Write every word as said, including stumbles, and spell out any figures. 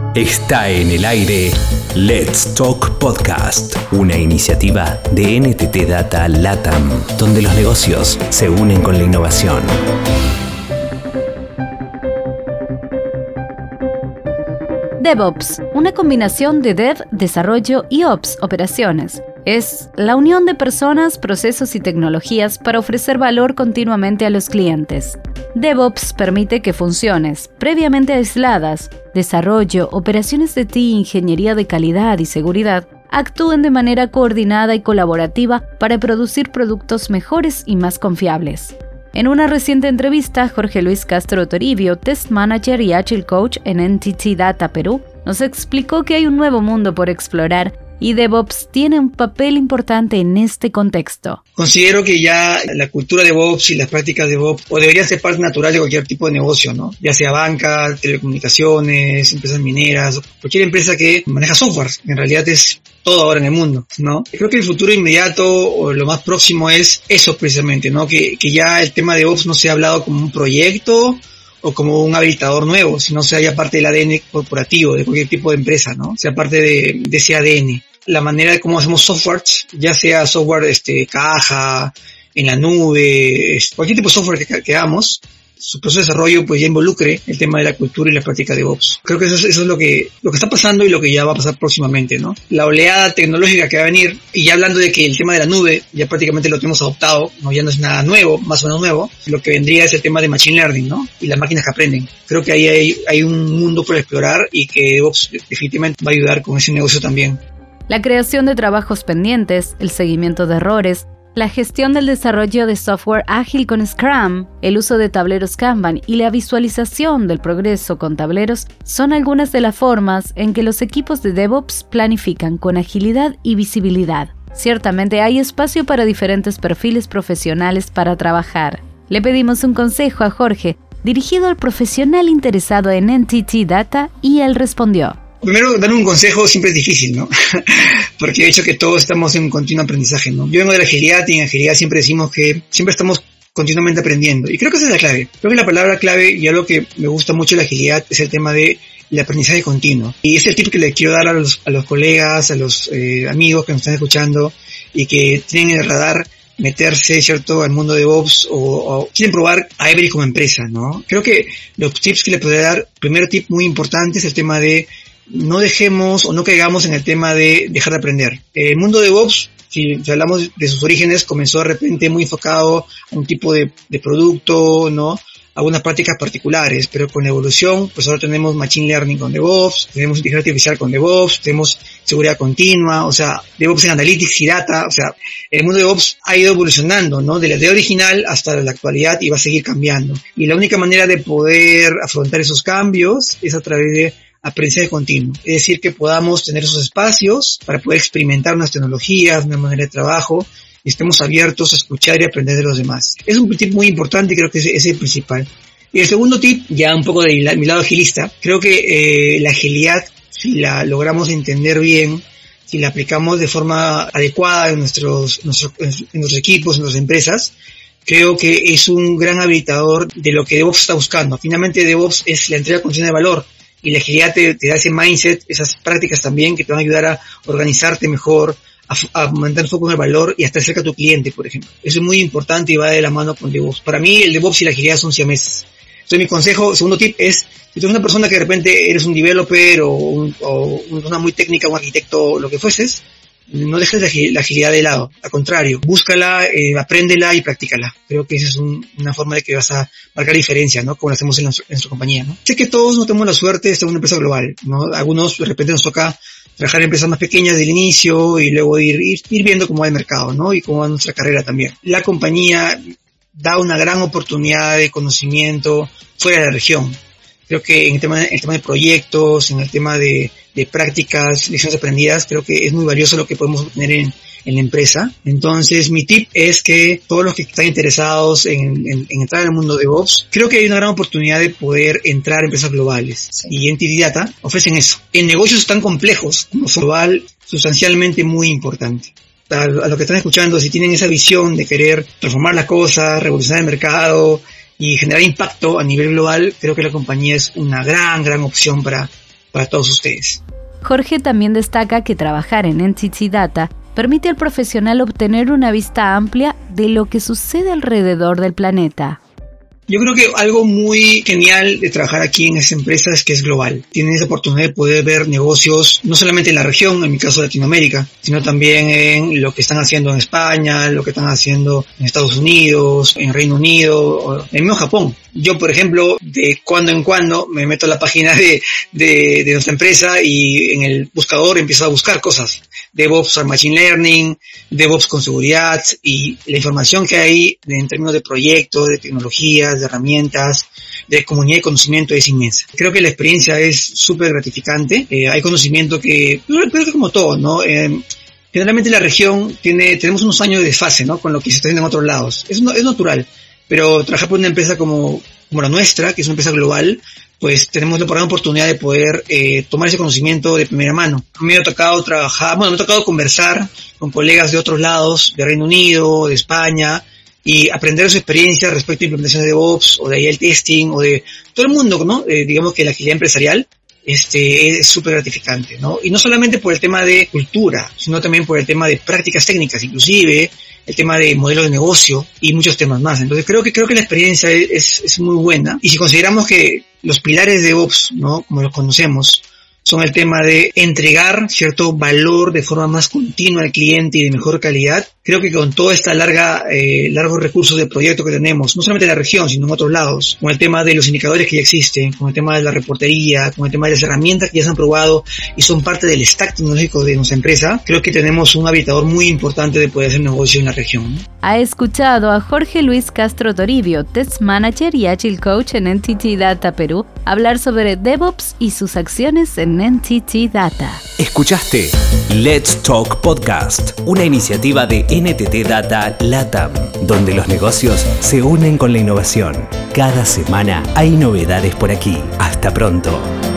Está en el aire Let's Talk Podcast, una iniciativa de N T T Data LATAM, donde los negocios se unen con la innovación. DevOps, una combinación de Dev, desarrollo y Ops, operaciones. Es la unión de personas, procesos y tecnologías para ofrecer valor continuamente a los clientes. DevOps permite que funciones previamente aisladas, desarrollo, operaciones de T I, ingeniería de calidad y seguridad, actúen de manera coordinada y colaborativa para producir productos mejores y más confiables. En una reciente entrevista, Jorge Luis Castro Toribio, Test Manager y Agile Coach en N T T Data Perú, nos explicó que hay un nuevo mundo por explorar y DevOps tiene un papel importante en este contexto. Considero que ya la cultura de DevOps y las prácticas de DevOps o deberían ser parte natural de cualquier tipo de negocio, ¿no? Ya sea banca, telecomunicaciones, empresas mineras, cualquier empresa que maneja software, en realidad es todo ahora en el mundo, ¿no? Creo que el futuro inmediato o lo más próximo es eso precisamente, ¿no? Que, que ya el tema de DevOps no sea hablado como un proyecto o como un habilitador nuevo, sino sea ya parte del A D N corporativo de cualquier tipo de empresa, ¿no? Sea parte de, de ese A D N. La manera de cómo hacemos software, ya sea software este caja, en la nube, cualquier tipo de software que, que hagamos, su proceso de desarrollo pues ya involucre el tema de la cultura y la práctica de DevOps. Creo que eso es, eso es lo que lo que está pasando y lo que ya va a pasar próximamente, ¿no? La oleada tecnológica que va a venir, y ya hablando de que el tema de la nube ya prácticamente lo tenemos adoptado, no ya no es nada nuevo, más o menos nuevo, lo que vendría es el tema de Machine Learning, ¿no? Y las máquinas que aprenden. Creo que ahí hay, hay un mundo por explorar y que DevOps definitivamente va a ayudar con ese negocio también. La creación de trabajos pendientes, el seguimiento de errores, la gestión del desarrollo de software ágil con Scrum, el uso de tableros Kanban y la visualización del progreso con tableros son algunas de las formas en que los equipos de DevOps planifican con agilidad y visibilidad. Ciertamente hay espacio para diferentes perfiles profesionales para trabajar. Le pedimos un consejo a Jorge, dirigido al profesional interesado en N T T Data, y él respondió. Primero, dar un consejo siempre es difícil, ¿no? Porque de hecho que todos estamos en un continuo aprendizaje, ¿no? Yo vengo de la agilidad y en agilidad siempre decimos que siempre estamos continuamente aprendiendo. Y creo que esa es la clave. Creo que la palabra clave y algo que me gusta mucho de la agilidad es el tema de el aprendizaje continuo. Y es el tip que le quiero dar a los, a los colegas, a los eh, amigos que nos están escuchando y que tienen en el radar meterse, ¿cierto?, al mundo de DevOps o, o quieren probar a Every como empresa, ¿no? Creo que los tips que le podría dar, primer tip muy importante es el tema de no dejemos o no caigamos en el tema de dejar de aprender. El mundo de DevOps, si, si hablamos de sus orígenes, comenzó de repente muy enfocado a un tipo de, de producto, ¿no? Algunas prácticas particulares, pero con la evolución, pues ahora tenemos Machine Learning con DevOps, tenemos inteligencia artificial con DevOps, tenemos seguridad continua, o sea, DevOps en Analytics y Data, o sea, el mundo de DevOps ha ido evolucionando, ¿no? De la idea original hasta la actualidad y va a seguir cambiando. Y la única manera de poder afrontar esos cambios es a través de aprendizaje continuo, es decir, que podamos tener esos espacios para poder experimentar unas tecnologías, una manera de trabajo, y estemos abiertos a escuchar y aprender de los demás. Es un tip muy importante y creo que ese es el principal. Y el segundo tip, ya un poco de mi lado agilista, creo que eh, la agilidad, si la logramos entender bien, si la aplicamos de forma adecuada en nuestros, nuestros, en nuestros equipos, en nuestras empresas, creo que es un gran habilitador de lo que DevOps está buscando. Finalmente DevOps es la entrega continua de valor. Y la agilidad te, te da ese mindset, esas prácticas también que te van a ayudar a organizarte mejor, a, a mantener foco en el valor y a estar cerca de tu cliente, por ejemplo. Eso es muy importante y va de la mano con DevOps. Para mí el DevOps y la agilidad son siameses. Entonces mi consejo, segundo tip es, si tú eres una persona que de repente eres un developer o, un, o una persona muy técnica, un arquitecto, lo que fueses, no dejes la agilidad de lado, al contrario, búscala, eh, apréndela y practícala. Creo que esa es un, una forma de que vas a marcar diferencia, ¿no? Como lo hacemos en, la, en nuestra compañía, ¿no? Sé que todos no tenemos la suerte de estar en una empresa global, ¿no? Algunos de repente nos toca trabajar en empresas más pequeñas del inicio y luego ir, ir, ir viendo cómo va el mercado, ¿no? Y cómo va nuestra carrera también. La compañía da una gran oportunidad de conocimiento fuera de la región. Creo que en el tema, en el tema de proyectos, en el tema de, de prácticas, lecciones aprendidas, creo que es muy valioso lo que podemos obtener en, en la empresa. Entonces, mi tip es que todos los que están interesados en, en, en entrar al mundo de DevOps, creo que hay una gran oportunidad de poder entrar a empresas globales. Sí. Y N T T Data ofrecen eso. En negocios tan complejos como global, sustancialmente muy importante. A, a los que están escuchando, si tienen esa visión de querer transformar las cosas, revolucionar el mercado y generar impacto a nivel global, creo que la compañía es una gran, gran opción para, para todos ustedes. Jorge también destaca que trabajar en Entity Data permite al profesional obtener una vista amplia de lo que sucede alrededor del planeta. Yo creo que algo muy genial de trabajar aquí en esta empresa es que es global. Tienen esa oportunidad de poder ver negocios no solamente en la región, en mi caso Latinoamérica, sino también en lo que están haciendo en España, lo que están haciendo en Estados Unidos, en Reino Unido, en mismo Japón. Yo, por ejemplo, de cuando en cuando me meto a la página de, de, de nuestra empresa y en el buscador empiezo a buscar cosas. DevOps or Machine Learning, DevOps con seguridad, y la información que hay en términos de proyectos, de tecnologías, de herramientas, de comunidad y conocimiento es inmensa. Creo que la experiencia es súper gratificante. Eh, hay conocimiento que, creo que como todo, ¿no? Eh, generalmente la región tiene, tenemos unos años de desfase, ¿no? Con lo que se está haciendo en otros lados. Es, es natural. Pero trabajar por una empresa como, como la nuestra, que es una empresa global, pues tenemos la oportunidad de poder eh, tomar ese conocimiento de primera mano. A mí me ha tocado trabajar, bueno, me ha tocado conversar con colegas de otros lados, de Reino Unido, de España, y aprender su experiencia respecto a implementación de DevOps, o de A I testing, o de todo el mundo, ¿no? Eh, digamos que la agilidad empresarial este es súper gratificante, ¿no? Y no solamente por el tema de cultura, sino también por el tema de prácticas técnicas, inclusive el tema de modelos de negocio y muchos temas más. Entonces creo que creo que la experiencia es, es muy buena. Y si consideramos que los pilares de DevOps, ¿no? Como los conocemos, son el tema de entregar cierto valor de forma más continua al cliente y de mejor calidad. Creo que con toda esta larga, eh, largos recursos de proyecto que tenemos, no solamente en la región, sino en otros lados, con el tema de los indicadores que ya existen, con el tema de la reportería, con el tema de las herramientas que ya se han probado y son parte del stack tecnológico de nuestra empresa, creo que tenemos un habilitador muy importante de poder hacer negocio en la región. Ha escuchado a Jorge Luis Castro Toribio, Test Manager y Agile Coach en Entity Data Perú, hablar sobre DevOps y sus acciones en Entity Data. Escuchaste Let's Talk Podcast, una iniciativa de N T T Data LATAM, donde los negocios se unen con la innovación. Cada semana hay novedades por aquí. Hasta pronto.